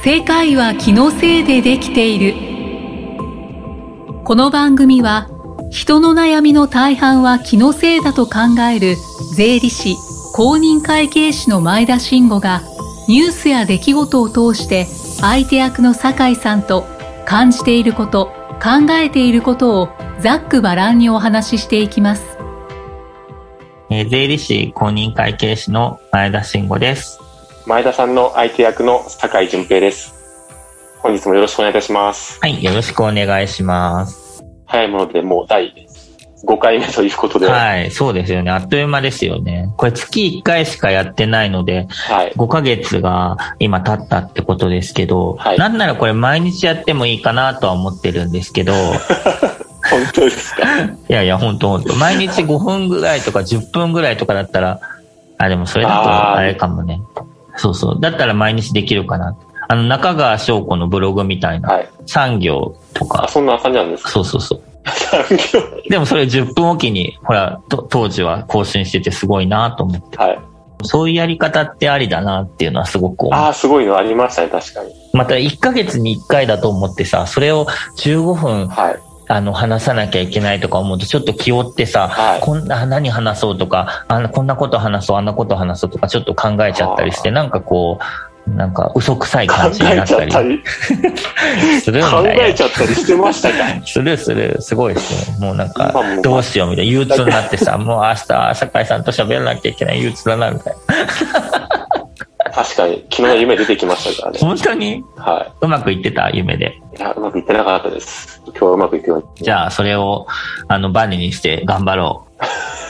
世界は気のせいでできている。この番組は人の悩みの大半は気のせいだと考える税理士公認会計士の前田慎吾がニュースや出来事を通して相手役の酒井さんと感じていること、考えていることをざっくばらんにお話ししていきます。 税理士公認会計士の前田慎吾です。 前田さんの相手役の酒井純平です。本日もよろしくお願いいたします。 はい、よろしくお願いします。 早いものでもう第5回目ということで。 はい、そうですよね。あっという間ですよね。これ月1回しかやってないので、 はい、 5ヶ月が今経ったってことですけど、 はい、 なんならこれ毎日やってもいいかなとは思ってるんですけど、 本当ですか？ いや、本当。毎日5分ぐらいとか10分ぐらいとかだったら、でもそれだとあれかもね。そう。だったら毎日できるかな。中川翔子のブログみたいな、産業とか。 そんな感じなんですか？ そう。産業でもそれ10分おきに、ほら、当時は更新しててすごいなと思って。 はい。 そういうやり方ってありだなっていうのはすごく思う。 すごいのありましたね、確かに。 また1ヶ月に1回だと思ってさ、それを15分、話さなきゃいけないとか思うとちょっと気負ってさ、何話そうとか、こんなこと話そう、あんなこと話そうとかちょっと考えちゃったりして、なんか嘘くさい感じになったりするんだよ。 考えちゃったりしてましたか？ する、すごいですよ。もうなんか、どうしようみたいな、憂鬱になってさ、もう明日、酒井さんと喋らなきゃいけない憂鬱だな、みたいな。 確かに、昨日夢出てきましたからね。 本当に？ はい。 うまくいってた？夢で。 いや、うまくいってなかったです。今日はうまくいくように。 じゃあ、それを、バネにして頑張ろう。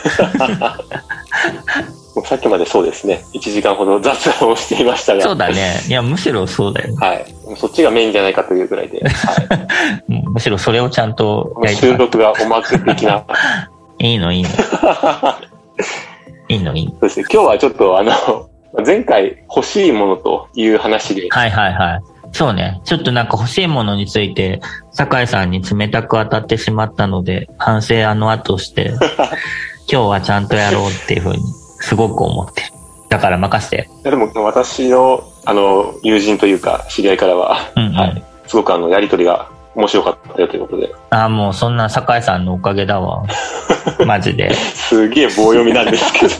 もうさっきまでそうですね、1時間ほど雑談をしていましたが。 そうだね。いや、むしろそうだよね。 はい。そっちがメインじゃないかというぐらいで。はい。 むしろそれをちゃんとやりたい。収録がおまけ的な。 いいの。いいの。 そうですね。今日はちょっと前回欲しいものという話で。 はい。そうね。ちょっとなんか欲しいものについて、酒井さんに冷たく当たってしまったので、反省後して、今日はちゃんとやろうっていうふうに、すごく思ってる。だから任せて。 いやでも私の、友人というか、知り合いからは、はい。すごくやりとりが面白かったよということで。 もうそんな酒井さんのおかげだわ。マジで。 すげえ棒読みなんですけど。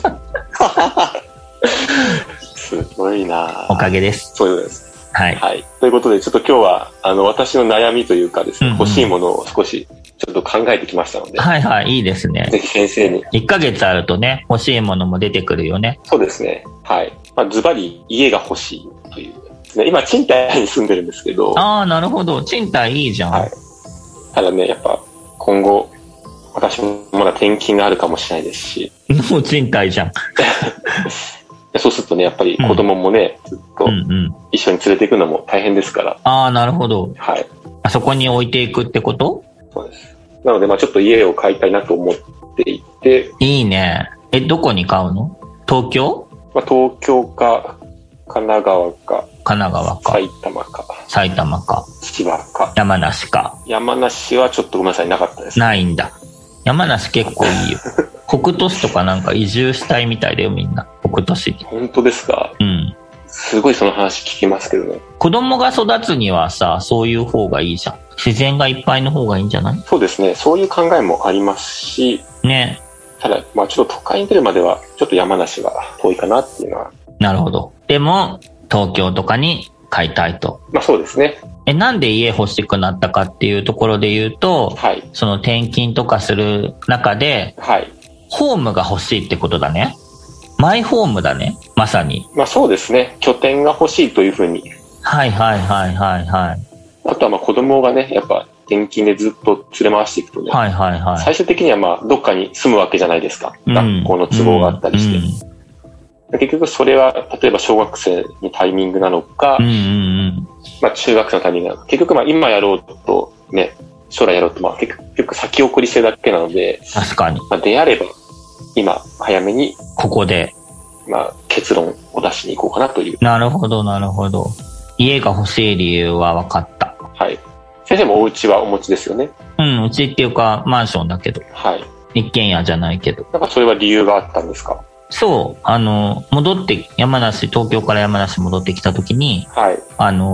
すごいな。 おかげです。 そうです。 はい。 ということで、ちょっと今日は、私の悩みというかですね、欲しいものを少し、ちょっと考えてきましたので。 はい、いいですね。 ぜひ先生に。 1ヶ月あるとね、欲しいものも出てくるよね。 そうですね。はい。ズバリ、家が欲しいというですね。今、賃貸に住んでるんですけど。 なるほど。賃貸いいじゃん。はい。 ただね、やっぱ、今後、私もまだ転勤があるかもしれないですし。 もう賃貸じゃん。 そうするとね、やっぱり子供もね、ずっと一緒に連れていくのも大変ですから。 なるほど。 はい。 そこに置いていくってこと？ そうです。なので、ちょっと家を買いたいなと思っていて。 いいね。どこに買うの？東京？ 東京か、神奈川か。埼玉か。千葉か。 山梨か。 山梨はちょっとごめんなさい、なかったです。 ないんだ。山梨結構いいよ。北杜市とかなんか移住したいみたいだよ、みんな。北杜市に。 本当ですか？ うん。 すごいその話聞きますけどね。 子供が育つにはさ、そういう方がいいじゃん。自然がいっぱいの方がいいんじゃない？ そうですね。そういう考えもありますし。 ね。 ただ、ちょっと都会に出るまでは、ちょっと山梨は遠いかなっていうのは。 なるほど。でも、東京とかに買いたいと。 そうですね。 なんで家欲しくなったかっていうところで言うと、その転勤とかする中で、ホームが欲しいってことだね。マイホームだね、まさに。 そうですね。拠点が欲しいというふうに。 はい。 あとは子供がね、やっぱ転勤でずっと連れ回していくとね。最終的にはどっかに住むわけじゃないですか。学校の都合があったりして。結局それは、例えば小学生のタイミングなのか、中学生のタイミングなのか。結局今やろうとね、将来やろうと結局先送りしてるだけなので。 確かに。 であれば、今、早めに、 ここで、 結論を出しに行こうかなという。 なるほど。家が欲しい理由は分かった。 はい。先生もお家はお持ちですよね。 うちっていうか、マンションだけど。 はい。 一軒家じゃないけど。 それは理由があったんですか？ そう。東京から山梨戻ってきた時に、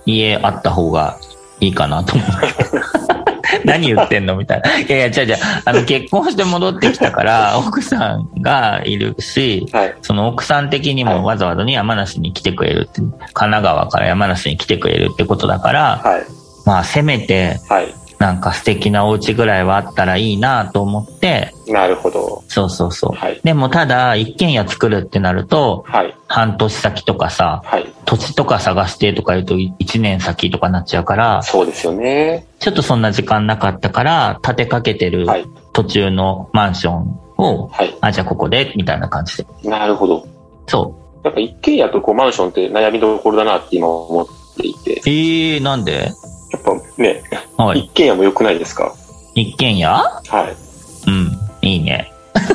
家あった方がいいかなと思う。何言ってんのみたいな。いやいや、違う、結婚して戻ってきたから、奥さんがいるし、はい、その奥さん的にもわざわざね、山梨に来てくれるって、神奈川から山梨に来てくれるってことだから、はい、まあ、せめて、はい、なんか素敵なお家ぐらいはあったらいいなと思って、 なるほど。 そうそうそう。はい、でもただ、一軒家作るってなると、はい、半年先とかさ、はい、土地とか探してとか言うと1年先とかなっちゃうから、 そうですよね。 ちょっとそんな時間なかったから、建てかけてる途中のマンションを、はい、じゃあここで、みたいな感じで。 なるほど。 そう。 やっぱ一軒家とこうマンションって悩みどころだなって今思っていて。 なんで？ やっぱね、はい、一軒家も良くないですか？ 一軒家？ はい。 うん、いいね。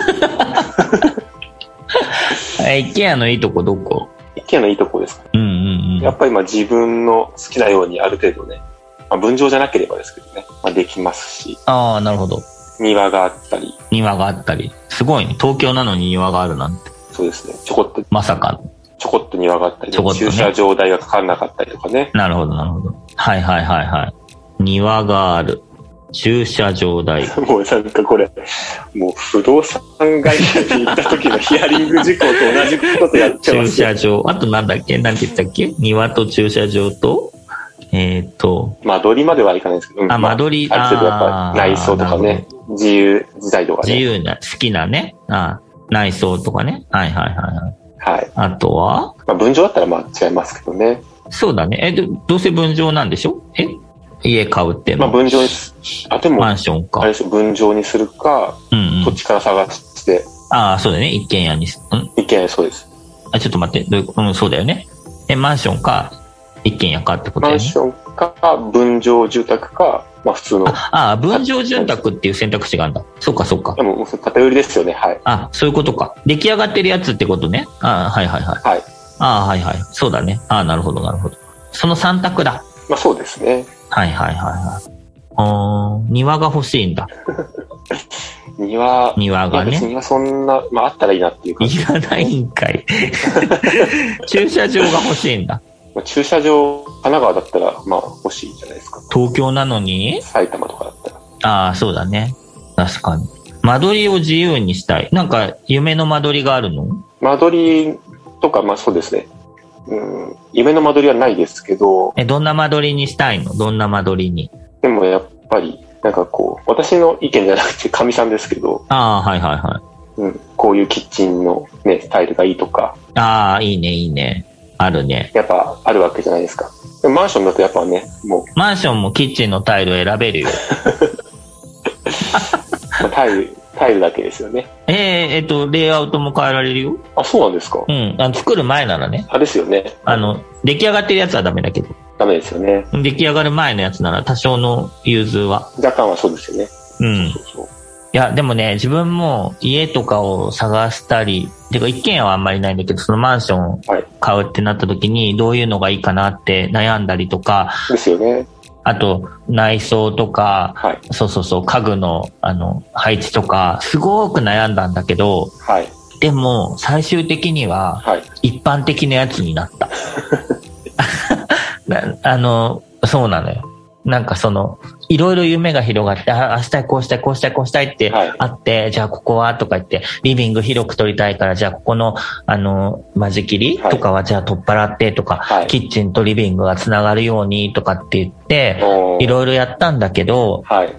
一軒家のいいとこどこ？ 一軒家のいいとこですか？やっぱり自分の好きなようにある程度ね、分譲じゃなければですけどね、できますし。 ああ、なるほど。 庭があったり。 すごいね。東京なのに庭があるなんて。 そうですね。ちょこっと。 まさか。 ちょこっと庭があったり、ね、駐車場代がかからなかったりとかね。 なるほど。はい。庭がある。駐車場代。 もうなんかこれ、もう不動産会社に行った時のヒアリング事項と同じことやってます。 駐車場。あとなんだっけ？なんて言ったっけ？庭と駐車場と、 間取りまではいかないですけど。 間取り。 ある程度やっぱ内装とかね、自由自在とかね。 自由な、好きなね。内装とかね。はい。 はい。 あとは？ 分譲だったら違いますけどね。 そうだね。どうせ分譲なんでしょ？家買うっていうのは。 分譲に、でも、 マンションか。 あれですよ、分譲にするか、土地から探して。 そうだね。一軒家に一軒家、そうです。 ちょっと待って、そうだよね。マンションか、一軒家かってことだよね。 マンションか、分譲住宅か、普通の。 分譲住宅っていう選択肢があるんだ。そうか。 でも、偏りですよね、はい。 そういうことか。出来上がってるやつってことね。はい。はい。そうだね。なるほど。その3択だ。 そうですね。 はい。庭が欲しいんだ。 庭がね。庭そんな、あったらいいなっていう感じ。 いらないんかい。駐車場が欲しいんだ。 駐車場、神奈川だったら、欲しいじゃないですか。 東京なのに？ 埼玉とかだったら。 そうだね。確かに。間取りを自由にしたい。なんか、夢の間取りがあるの？間取りとか、そうですね。夢の間取りはないですけど。 どんな間取りにしたいの？どんな間取りに。 でもやっぱり、なんかこう、私の意見じゃなくて、かみさんですけど。 はい。 こういうキッチンのね、スタイルがいいとか。 いいね。あるね。 やっぱあるわけじゃないですか。でもマンションだとやっぱね、もう。 マンションもキッチンのタイル選べるよ。 タイルだけですよね。 レイアウトも変えられるよ。 そうなんですか？ 作る前ならね。 ですよね。 出来上がってるやつはダメだけど。 ダメですよね。 出来上がる前のやつなら多少の融通は。 若干はそうですよね。 そう。いや、でもね、自分も家とかを探したり、てか一軒家はあんまりないんだけど、そのマンションを買うってなった時にどういうのがいいかなって悩んだりとか。 ですよね。 あと、内装とか、そう家具の、配置とか、すごく悩んだんだけど、でも、最終的には、一般的なやつになった。そうなのよ。なんかいろいろ夢が広がって、こうしたいってあって、じゃあここはとか言って、リビング広く取りたいから、じゃあここの、間仕切りとかはじゃあ取っ払ってとか、キッチンとリビングがつながるようにとかって言って、いろいろやったんだけど、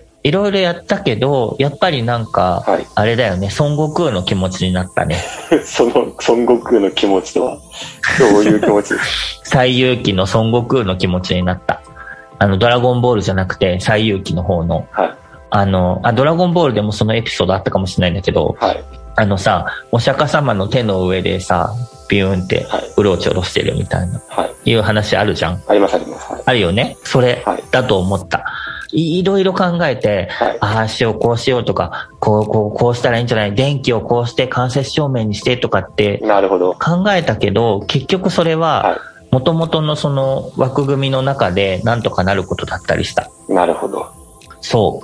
やっぱりなんか、あれだよね、孫悟空の気持ちになったね。 その孫悟空の気持ちとは、どういう気持ちですか？ 最遊記の孫悟空の気持ちになった。ドラゴンボールじゃなくて、最遊記の方の。ドラゴンボールでもそのエピソードあったかもしれないんだけど、お釈迦様の手の上でさ、ビューンって、うろちょろしてるみたいな、いう話あるじゃん。 あります。 あるよね。それ、だと思った。いろいろ考えて、こうしようとか、こうしたらいいんじゃない？電気をこうして間接照明にしてとかって、考えたけど、結局それは、元々のその枠組みの中でなんとかなることだったりした。 なるほど。 そう。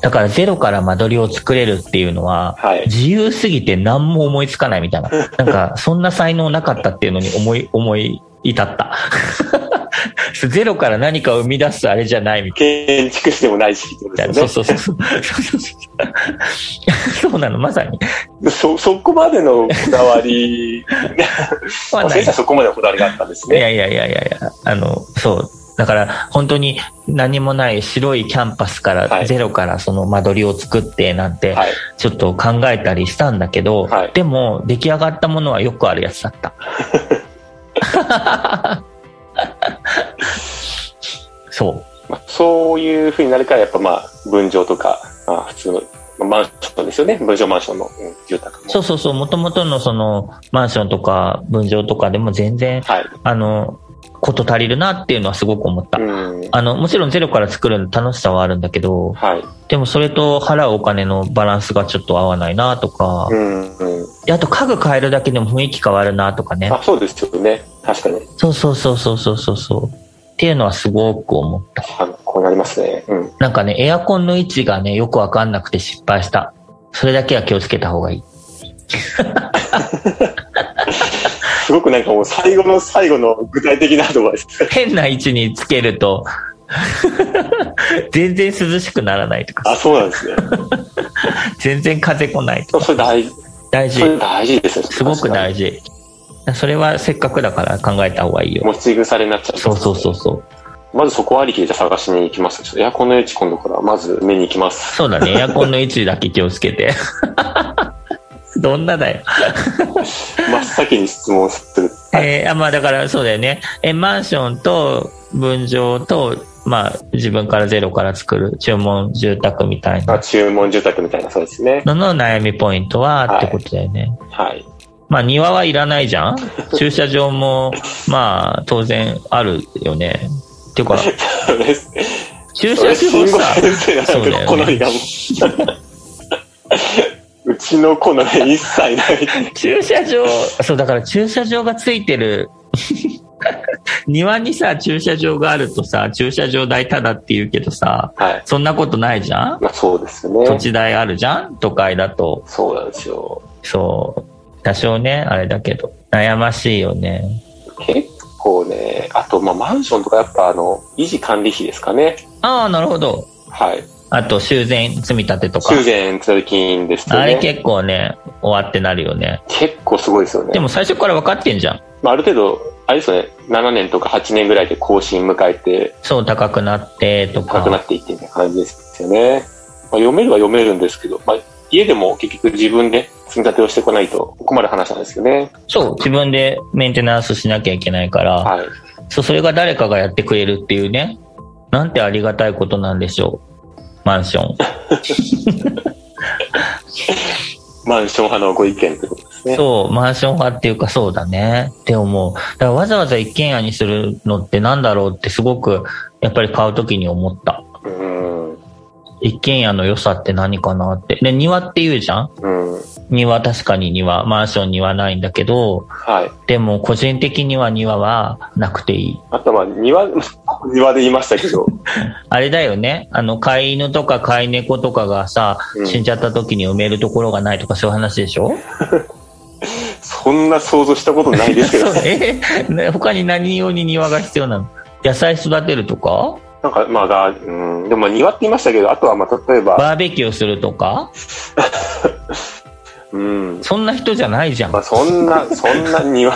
だからゼロから間取りを作れるっていうのは、自由すぎて何も思いつかないみたいな。なんかそんな才能なかったっていうのに思い至った。 ゼロから何かを生み出すあれじゃないみたいな。建築士でもないし、 そうそうなの、まさに。 そこまでのこだわり、先生はそこまでのこだわりがあったんですね。 いや、そう。だから本当に何もない白いキャンパスからゼロからその間取りを作ってなんてちょっと考えたりしたんだけど、でも出来上がったものはよくあるやつだったそういう風になるからやっぱ分譲とか普通のマンションですよね。分譲マンションの住宅も。 そう元々のそのマンションとか分譲とかでも全然、こと足りるなっていうのはすごく思った。もちろんゼロから作る楽しさはあるんだけど、でもそれと払うお金のバランスがちょっと合わないなとか、あと家具変えるだけでも雰囲気変わるなとかね。 そうですよね。確かに。 そうっていうのはすごく思った。 こうなりますね。 なんかね、エアコンの位置がね、よくわかんなくて失敗した。それだけは気をつけた方がいい。 すごくなんかもう最後の具体的なアドバイス。 変な位置につけると全然涼しくならないとか。 そうなんですね。 全然風来ないとか。 それ大事。それ大事ですね。 すごく大事。それはせっかくだから考えた方がいいよ。 持ち腐れになっちゃう。 そう。 まずそこありきで探しに行きます。エアコンの位置今度からまず見に行きます。 そうだね。エアコンの位置だけ気をつけて。どんなだよ。 真っ先に質問する。 だからそうだよね。マンションと分譲と、自分からゼロから作る注文住宅みたいな。 注文住宅みたいな、そうですね。 の悩みポイントは、ってことだよね。庭はいらないじゃん。駐車場も、当然あるよね。っていうか、駐車場さ、そうだよね。 うちの子の一切ない。 駐車場、だから駐車場がついてる。庭にさ、駐車場があるとさ、駐車場代タダって言うけどさ、そんなことないじゃん。 そうですね。 土地代あるじゃん、都会だと。 そうなんですよ。 多少ね、あれだけど、悩ましいよね。 結構ね、あと、マンションとかやっぱ維持管理費ですかね。 なるほど。あと、修繕積み立てとか。 修繕積立金ですよね。 あれ結構ね、終わってなるよね。 結構すごいですよね。 でも最初から分かってんじゃん。 ある程度、あれですよね、7年とか8年ぐらいで更新迎えて。 高くなってとか。 高くなっていってみたいな感じですよね。読めるは読めるんですけど、家でも結局自分で積み立てをしてこないと困る話なんですよね。 自分でメンテナンスしなきゃいけないから、それが誰かがやってくれるっていうね、なんてありがたいことなんでしょう。マンション。 マンション派のご意見ってことですね。 マンション派っていうかそうだねって思う。だからわざわざ一軒家にするのってなんだろうってすごくやっぱり買うときに思った。一軒家の良さって何かなって。で、庭って言うじゃん。庭、確かに庭、マンションにはないんだけど、でも個人的には庭はなくていい。 あと庭で言いましたけど。 あれだよね。飼い犬とか飼い猫とかがさ、死んじゃった時に埋めるところがないとかそういう話でしょ。 そんな想像したことないですけど。 他に何用に庭が必要なの？野菜育てるとか？ なんかでも庭って言いましたけど、あとは例えばバーベキューするとか。そんな人じゃないじゃん。 そんな庭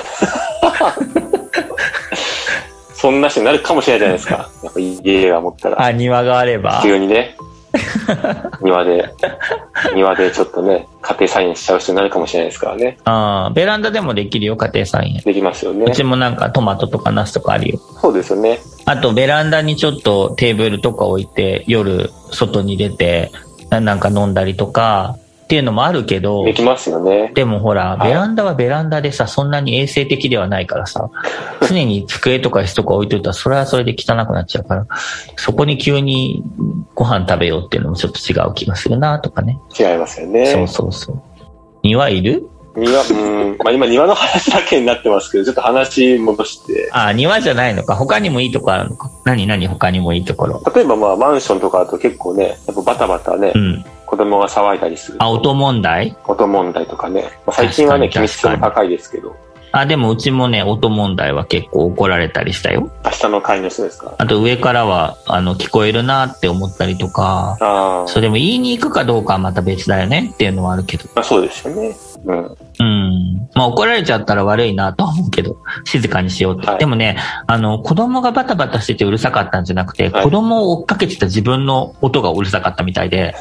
そんな人になるかもしれないじゃないですか。やっぱ家が持ったら。 庭があれば。 急にね。庭でちょっとね、家庭菜園しちゃう人になるかもしれないですからね。 ベランダでもできるよ、家庭菜園。 できますよね。 うちもなんかトマトとかナスとかあるよ。 そうですよね。 あとベランダにちょっとテーブルとか置いて夜外に出てなんか飲んだりとかっていうのもあるけど。 できますよね。 でもほら、ベランダはベランダでさ、そんなに衛生的ではないからさ、常に机とか椅子とか置いといたらそれはそれで汚くなっちゃうから、そこに急にご飯食べようっていうのもちょっと違う気がするなとかね。 違いますよね。 そう。庭いる？ 今庭の話だけになってますけど、ちょっと話戻して。 庭じゃないのか。他にもいいところあるのか。何他にもいいところ。 例えばマンションとかだと結構ね、やっぱバタバタね、子供が騒いだりする。 音問題とかね。最近はね、気密性も高いですけど。 でもうちもね、音問題は結構怒られたりしたよ。 下の階の人ですか？ あと上からは聞こえるなって思ったりとか、それでも言いに行くかどうかはまた別だよねっていうのはあるけど。 そうですよね。 怒られちゃったら悪いなとは思うけど、静かにしようって。でもね、子供がバタバタしててうるさかったんじゃなくて、子供を追っかけてた自分の音がうるさかったみたいで。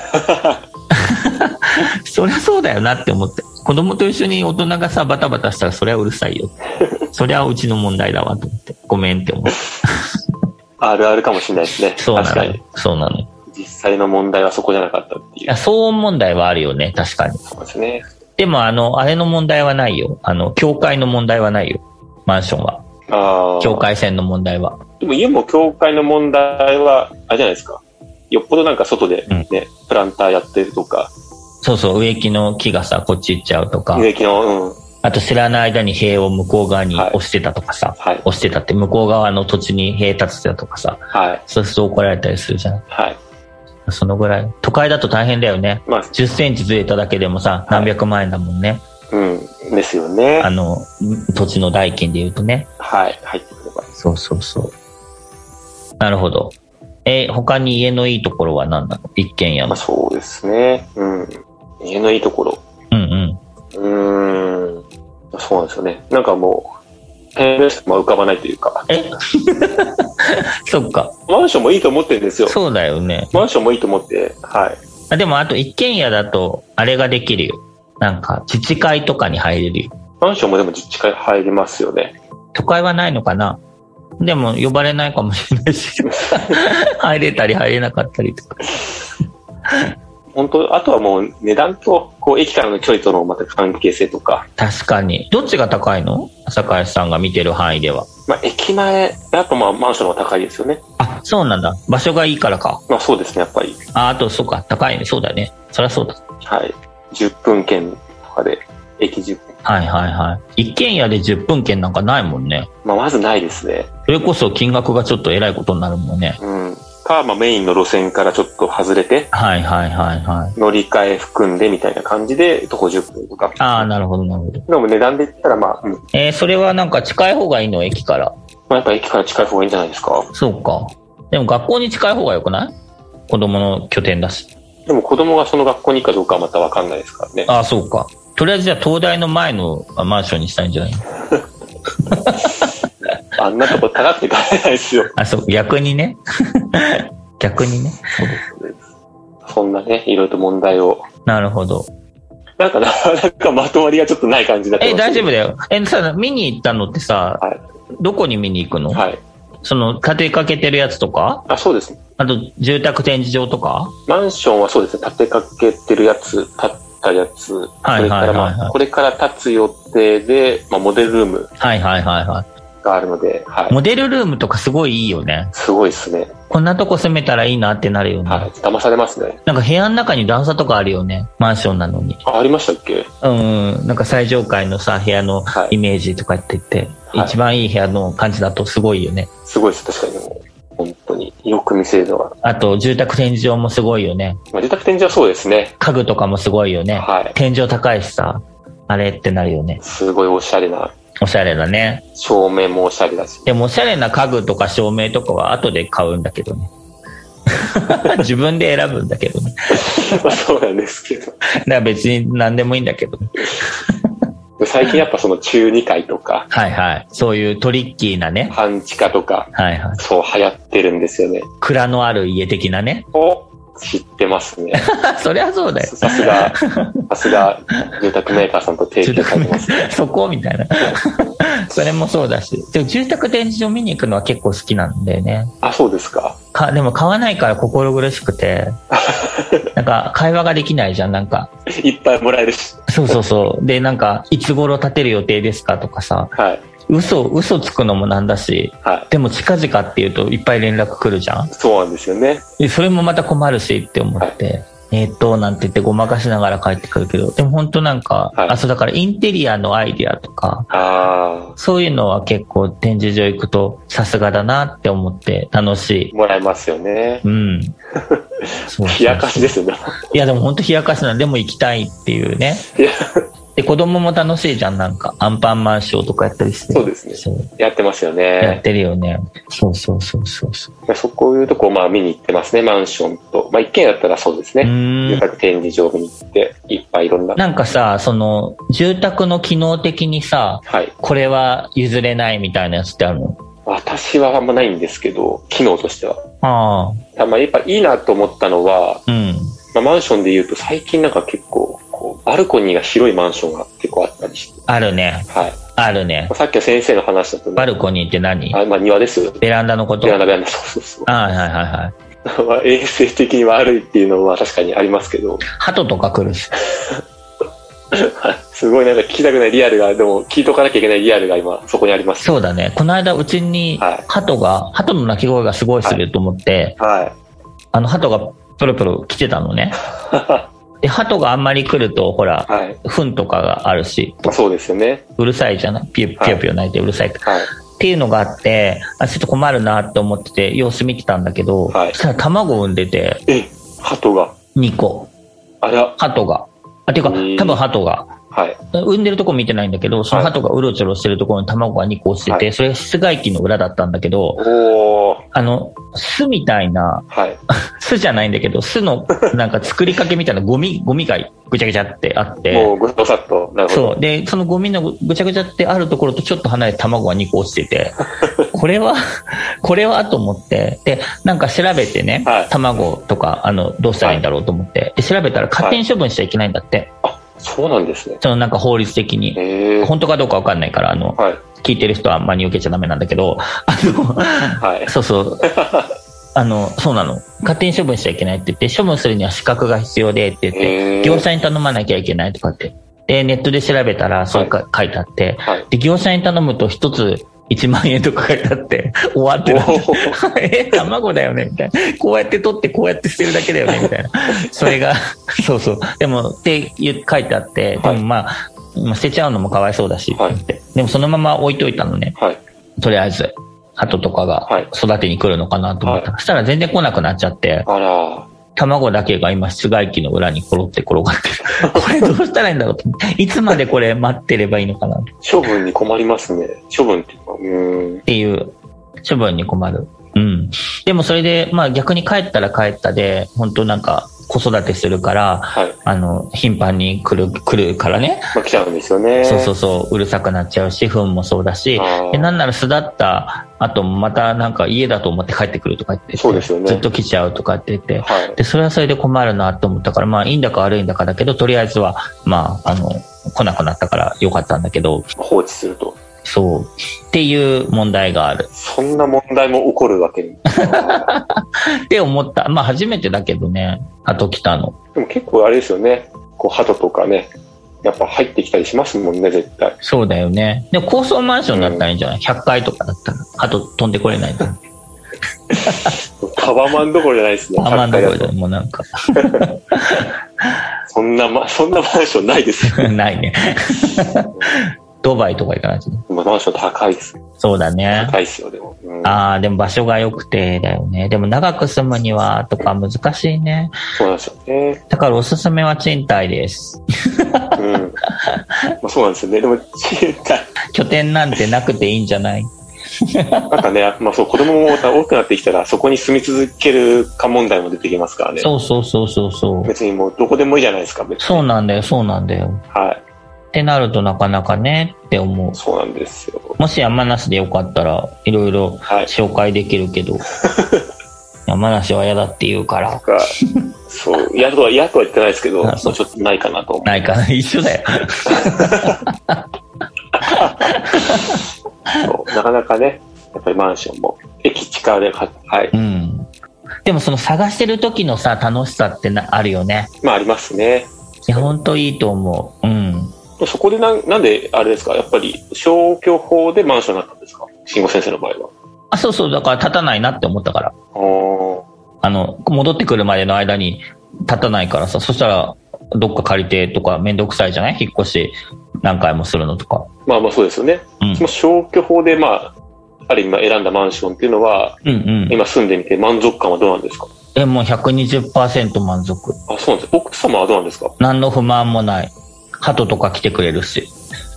そりゃそうだよなって思って。子供と一緒に大人がさ、バタバタしたらそりゃうるさいよ。そりゃうちの問題だわと思って。ごめんって思って。 あるあるかもしれないですね。 そうなのよ。そうなのよ。 実際の問題はそこじゃなかったっていう。 騒音問題はあるよね、確かに。 そうですね。 でもあれの問題はないよ。境界の問題はないよ。マンションは。境界線の問題は。 でも家も境界の問題は、あれじゃないですか。よっぽどなんか外でね、プランターやってるとか。 そうそう、植木の木がさ、こっち行っちゃうとか。 植木の、 あと知らない間に塀を向こう側に押してたとかさ。押してたって向こう側の土地に塀立ててたとかさ。そうすると怒られたりするじゃん。そのぐらい。都会だと大変だよね。10センチずれただけでもさ、何百万円だもんね。 ですよね。 土地の代金で言うとね。 入ってくれば。 そうそうそう。なるほど。他に家のいいところは何なの？一軒家の。 そうですね。家のいいところ。そうなんですよね。なんかもう、浮かばないというか。 そっか。 マンションもいいと思ってるんですよ。 そうだよね。 マンションもいいと思って、 でもあと一軒家だと、あれができるよ。なんか、自治会とかに入れるよ。 マンションもでも自治会入りますよね。 都会はないのかな？でも呼ばれないかもしれないし入れたり入れなかったりとか本当、あとはもう値段とこう駅からの距離とのまた関係性とか。 確かに。どっちが高いの？坂井さんが見てる範囲では。 駅前だとマンションの方が高いですよね。 そうなんだ。場所がいいからか。 そうですね、やっぱり。 あとそうか、高いね。そうだよね。そりゃそうだ。 10分券とかで駅10分。 一軒家で10分券なんかないもんね。 まずないですね。 それこそ金額がちょっとえらいことになるもんね。 メインの路線からちょっと外れて。乗り換え含んでみたいな感じで、徒歩10分とか。 なるほど、なるほど。 でも値段で言ったらそれはなんか近い方がいいの？駅から。 やっぱ駅から近い方がいいんじゃないですか。 そうか。でも学校に近い方が良くない？子供の拠点だし。 でも子供がその学校に行くかどうかはまた分かんないですからね。 そうか。とりあえずじゃあ東大の前のマンションにしたいんじゃないの？ あんなとこ高くて買えないですよ。 そう、逆にね。逆にね。 そんなね、いろいろと問題を。 なるほど。 なんかまとまりがちょっとない感じだった。 大丈夫だよ。さ、見に行ったのってさ、どこに見に行くの？その、立てかけてるやつとか？ そうですね。 あと、住宅展示場とか？ マンションはそうですね、立てかけてるやつ、建ったやつ、これから建つ予定で、モデルルームがあるので、 モデルルームとかすごいいいよね。 すごいですね。 こんなとこ住めたらいいなってなるよね。 騙されますね。 なんか部屋の中に段差とかあるよね。マンションなのに。 ありましたっけ？ なんか最上階のさ、部屋のイメージとかって言って、一番いい部屋の感じだとすごいよね。 すごいです、確かに。本当によく見せるのは。 あと住宅展示場もすごいよね。 住宅展示はそうですね。 家具とかもすごいよね。天井高いしさ、あれってなるよね。 すごいおしゃれな。 おしゃれだね。 照明もおしゃれだし。 でもおしゃれな家具とか照明とかは後で買うんだけどね。自分で選ぶんだけどね。 そうなんですけど。だから別に何でもいいんだけど。 最近やっぱその中2階とか。 そういうトリッキーなね。 半地下とか。そう流行ってるんですよね。 蔵のある家的なね。 知ってますね。 そりゃそうだよ。 さすが住宅メーカーさんと提携されてますね。 そこみたいな。それもそうだし。でも住宅展示場見に行くのは結構好きなんだよね。 そうですか。 でも買わないから心苦しくて。なんか会話ができないじゃん、なんか。 いっぱいもらえるし。 そう。で、なんか、いつ頃建てる予定ですかとかさ。嘘つくのもなんだし、でも近々って言うといっぱい連絡来るじゃん。 そうなんですよね。 それもまた困るしって思って、なんて言ってごまかしながら帰ってくるけど、でも本当なんか、そうだからインテリアのアイディアとか、そういうのは結構展示場行くとさすがだなって思って楽しい。 もらえますよね。 そう冷やかしですよね。 いやでも本当冷やかしなんでも行きたいっていうね。 で、子供も楽しいじゃん、なんか、アンパンマンショーとかやったりして。 そうですね。やってますよね。 やってるよね。そう。そういうとこをまあ見に行ってますね、マンションと。まあ一軒家だったらそうですね。住宅展示場に行って、いっぱいいろんな。 なんかさ、その、住宅の機能的にさ、はい、これは譲れないみたいなやつってあるの？ 私はあんまないんですけど、機能としては。 まあやっぱいいなと思ったのは、まあ、マンションで言うと最近なんか結構、バルコニーが広いマンションが結構あったりして。 あるね。 はい。 あるね。 さっきの先生の話だとね。 バルコニーって何？ まあ庭ですよ。 ベランダのこと？ ベランダ、そう。 はい。 まあ衛生的に悪いっていうのは確かにありますけど。 鳩とか来るし。 すごいなんか聞きたくないリアルが、でも聞いとかなきゃいけないリアルが今そこにあります。 そうだね。この間うちに鳩の鳴き声がすごいすると思って、 はい。 鳩がプロプロ来てたのね。で、鳩があんまり来ると、ほら、はい、糞とかがあるし。 そうですよね。 うるさいじゃない？ピヨピヨ鳴いてうるさい。はい。っていうのがあって、ちょっと困るなって思ってて、様子見てたんだけど、はい、そしたら卵を産んでて。 鳩が 2個。 あら。 鳩が。ていうか、多分鳩が。 はい。 産んでるとこ見てないんだけど、その鳩がうろちょろしてるところに卵が2個落ちてて、はい、それが室外機の裏だったんだけど、巣みたいな、 はい、 巣じゃないんだけど、巣のなんか作りかけみたいなゴミがぐちゃぐちゃってあって、 もうぐさっと、なるほど。 そう。で、そのゴミのぐちゃぐちゃってあるところとちょっと離れて卵が2個落ちてて、これはと思って、で、なんか調べてね、はい、卵とか、どうしたらいいんだろうと思って、で調べたら勝手に処分しちゃいけないんだって。 はい、そうなんですね。 そのなんか法律的に。本当かどうかわかんないから、はい、聞いてる人は真に受けちゃダメなんだけど、 はい、 そう。そうなの。勝手に処分しちゃいけないって言って、処分するには資格が必要でって言って、業者に頼まなきゃいけないとかって。で、ネットで調べたら、そう書いてあって、はい、で、業者に頼むと一つ1万円とか書いてあって、終わってなって、卵だよねみたいな。こうやって取ってこうやって捨てるだけだよねみたいな。それが、そう。でも、って書いてあって、でもまあ、捨てちゃうのもかわいそうだし、はい、でもそのまま置いといたのね。 はい、 とりあえず。鳩とかが育てに来るのかなと思ったら、そしたら全然来なくなっちゃって、卵だけが今室外機の裏に転がってる。これどうしたらいいんだろうと思って、いつまでこれ待ってればいいのかな。 処分に困りますね。処分っていうか、 っていう、処分に困る。でもそれで、まあ逆に帰ったら帰ったで、本当なんか子育てするから、はい、頻繁に来るからね。 まあ来ちゃうんですよね。 そう、うるさくなっちゃうし、糞もそうだし、でなんなら巣立った後もまたなんか家だと思って帰ってくるとか言って、 そうですよね。 ずっと来ちゃうとかって言って、 はい、 で、それはそれで困るなと思ったから、まあいいんだか悪いんだかだけど、とりあえずは、まあ、来なくなったからよかったんだけど。 放置すると。 そう。っていう問題がある。 そんな問題も起こるわけに。 って思った。まあ初めてだけどね、鳩来たの。 でも結構あれですよね。鳩とかね、やっぱ入ってきたりしますもんね、絶対。 そうだよね。でも高層マンションだったらいいんじゃない？ 100 階とかだったら。鳩飛んでこれないんだ。 タワマンどころじゃないですね。 タワマンどころじゃもうなんか。 そんなマンションないですよ。 ないね。ドバイとか行かないとね。 マンション高いです。 そうだね。 高いですよ、でも。 でも場所が良くてだよね。でも長く住むにはとか難しいね。 そうなんですよね。 だからおすすめは賃貸です。 まあ、そうなんですよね。でも賃貸。 拠点なんてなくていいんじゃない？ なんかね、まあそう、子供も多くなってきたら、そこに住み続けるか問題も出てきますからね。 そう。 別にもうどこでもいいじゃないですか、別に。 そうなんだよ。 はい。 ってなるとなかなかねって思う。 そうなんですよ。 もし山梨でよかったらいろいろ紹介できるけど、山梨は嫌だって言うから。 そう、嫌とは言ってないですけど、ちょっとないかなと思う。 ないかな、一緒だよ。 そうなかなかね、やっぱりマンションも駅近で、はい。 でもその探してる時のさ、楽しさってあるよね。 まあありますね。 いや、本当いいと思う。 そこでなんであれですか、やっぱり消去法でマンションになったんですか、慎吾先生の場合は。 そう、だから立たないなって思ったから。戻ってくるまでの間に立たないからさ、そしたらどっか借りてとかめんどくさいじゃない？引っ越し何回もするのとか。まあそうですよね。その消去法である意味選んだマンションっていうのは、今住んでみて満足感はどうなんですか？もう 120% 満足。 そうなんです。奥様はどうなんですか？ 何の不満もない。 鳩とか来てくれるし。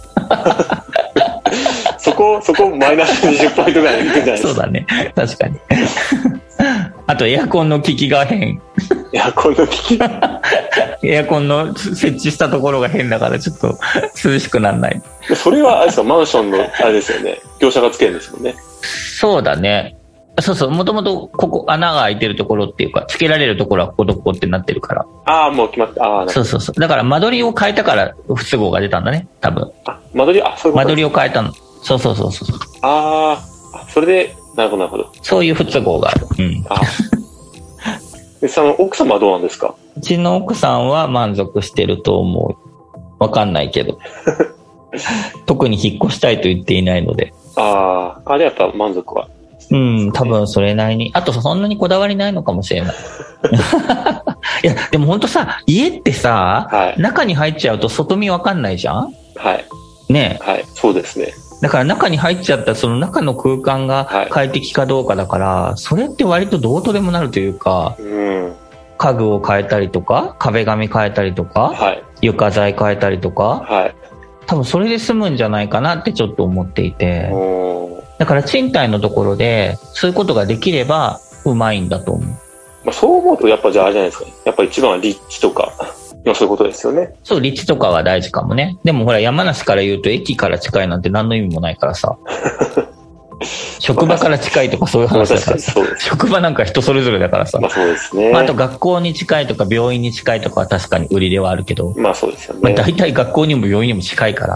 そこマイナス20ポイントぐらいいくんじゃないですか。 そうだね。確かに。あとエアコンの効きが変。 エアコンの効きエアコンの設置したところが変だからちょっと涼しくならない。 それはあれですか、マンションのあれですよね。業者がつけるんですもんね。 そうだね。そうそう、もともとここ穴が開いてるところっていうか、つけられるところはこことここってなってるから。 ああ、もう決まって、ああ、 そうそうそう。だから間取りを変えたから不都合が出たんだね、多分。 あ、間取り、あ、そういうこと。 間取りを変えたの。そうそうそうそう。 ああ、それで、なるほどなるほど。 そういう不都合がある。うん。 あで、その奥様はどうなんですか？ うちの奥さんは満足してると思う。わかんないけど。特に引っ越したいと言っていないので。 ああ、あれやっぱ満足は。 うん、多分それなりに。あとそんなにこだわりないのかもしれない。いや、でも本当さ、家ってさ、はい、中に入っちゃうと外見わかんないじゃん？ はい。 ねえ。 はい、そうですね。 だから中に入っちゃったその中の空間が快適かどうかだから、はい、それって割とどうとでもなるというか、うん、家具を変えたりとか、壁紙変えたりとか、はい、床材変えたりとか、はい、多分それで済むんじゃないかなってちょっと思っていて、だから賃貸のところでそういうことができればうまいんだと思う。 まあ、そう思うとやっぱじゃああれじゃないですかね。やっぱ一番は立地とか。そういうことですよね。 そう、立地とかは大事かもね。でもほら山梨から言うと駅から近いなんて何の意味もないからさ。職場から近いとかそういう話だからさ。職場なんか人それぞれだからさ。 まあそうですね。 あと学校に近いとか病院に近いとかは確かに売りではあるけど。 まあそうですよね。 まあ大体学校にも病院にも近いから。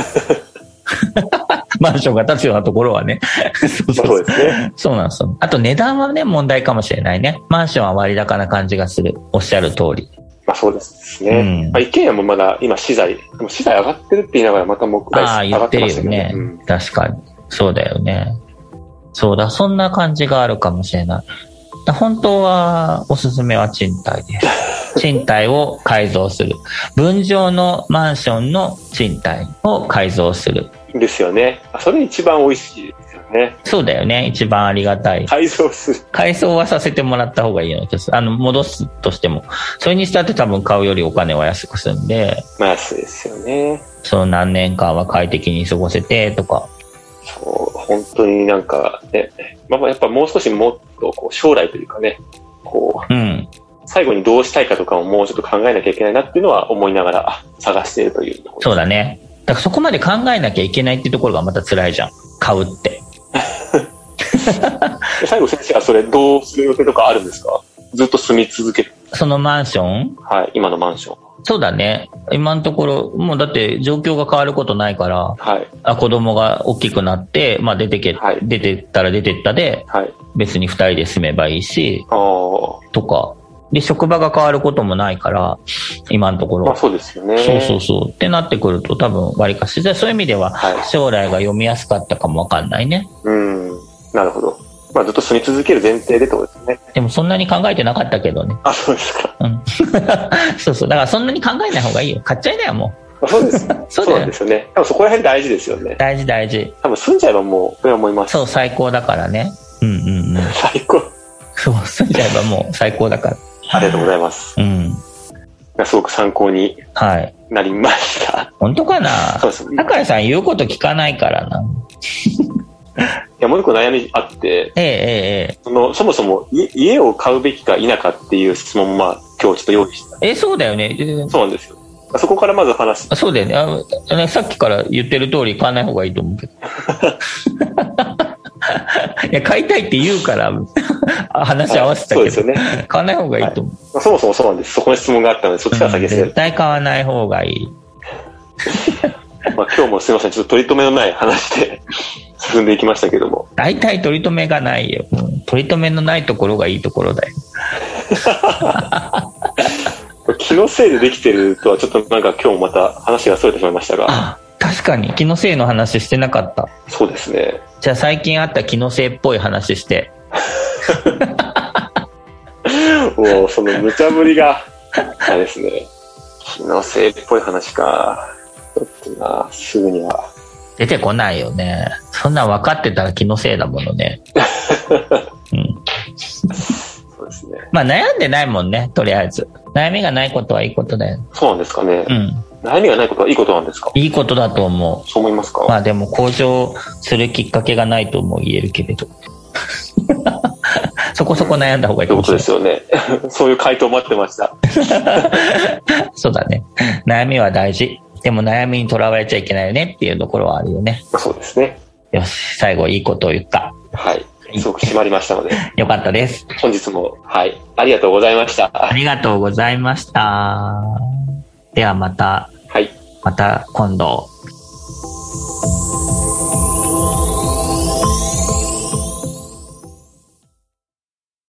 マンションが建つようなところはね。 そうですね。 そうなんですよ。あと値段はね、問題かもしれないね。マンションは割高な感じがする。おっしゃる通り。 まあそうですね。うん、まあ、一軒家もまだ今資材上がってるって言いながらまた木材上がってますよね。 ああ、言ってるよね。確かに。そうだよね。そうだ、そんな感じがあるかもしれない。本当はおすすめは賃貸です。賃貸を改造する。分譲のマンションの賃貸を改造する。 ですよね。それ一番美味しいですよね。 そうだよね。一番ありがたい。 改造する。 改装はさせてもらった方がいいのです。戻すとしても。それにしたって多分買うよりお金は安く済んで。 まあ安いですよね。 その何年間は快適に過ごせてとか。 そう、本当になんかね、まあやっぱもう少しもっとこう将来というかね、こう、うん、最後にどうしたいかとかももうちょっと考えなきゃいけないなっていうのは思いながら探しているという。 そうだね。だからそこまで考えなきゃいけないっていうところがまた辛いじゃん。買うって。 最後先生はそれどうする予定とかあるんですか？ずっと住み続ける。 そのマンション？ はい、今のマンション。 そうだね。今のところ、もうだって状況が変わることないから、 はい、 子供が大きくなって、まあ出てったら出てったで、はい、別に2人で住めばいいし、とか。で、職場が変わることもないから、今のところ。 まあそうですよね。 そう。ってなってくると多分割かし。そういう意味では、将来が読みやすかったかもわかんないね。 なるほど。まあずっと住み続ける前提でってことですね。 でもそんなに考えてなかったけどね。 あ、そうですか。うん。 そう。だからそんなに考えない方がいいよ。買っちゃいなよ、もう。そうです。そうなんですよね。多分そこら辺大事ですよね。 大事。 多分住んじゃえばもう、これは思います。 そう、最高だからね。 最高。 そう、住んじゃえばもう最高だから。 ありがとうございます。すごく参考になりました。 はい、本当かな？そうです。高谷さん言うこと聞かないからな。 いや、もう一個悩みあって、そもそも家を買うべきか否かっていう質問もまあ今日ちょっと用意した。そうだよね。そうなんですよ。そこからまず話して。 そうだよね。さっきから言ってる通り買わない方がいいと思うけど。いや、買いたいって言うから話合わせたけど、そうですよね、買わない方がいいと思う、 そもそもそうなんです。そこに質問があったのでそっちから先です。 絶対買わない方がいい。 まあ今日もすみません、ちょっと取り留めのない話で進んでいきましたけども、 大体取り留めがないよ。取り留めのないところがいいところだよ。 気のせいでできてるとはちょっとなんか今日もまた話がそれてしまいましたが、 確かに気のせいの話してなかった。 そうですね。 じゃあ最近あった気のせいっぽい話して。 もうその無茶ぶりがあれですね。気のせいっぽい話か。ちょっとな、すぐには出てこないよね。そんなん分かってたら気のせいだものね。 そうですね。 まあ悩んでないもんね。とりあえず悩みがないことはいいことだよ。 そうなんですかね。 悩みがないことはいいことなんですか？ いいことだと思う。 そう思いますか？ まあでも向上するきっかけがないとも言えるけれどそこそこ悩んだ方がいいかもしれない。 そういうことですよねそういう回答待ってましたそうだね。悩みは大事。でも悩みにとらわれちゃいけないよねっていうところはあるよね。 そうですね。 よし、最後いいことを言った。 はい。すごく締まりましたので。 よかったです。 本日も、はい。ありがとうございました。 ありがとうございました。ではまた、 はい。 また今度。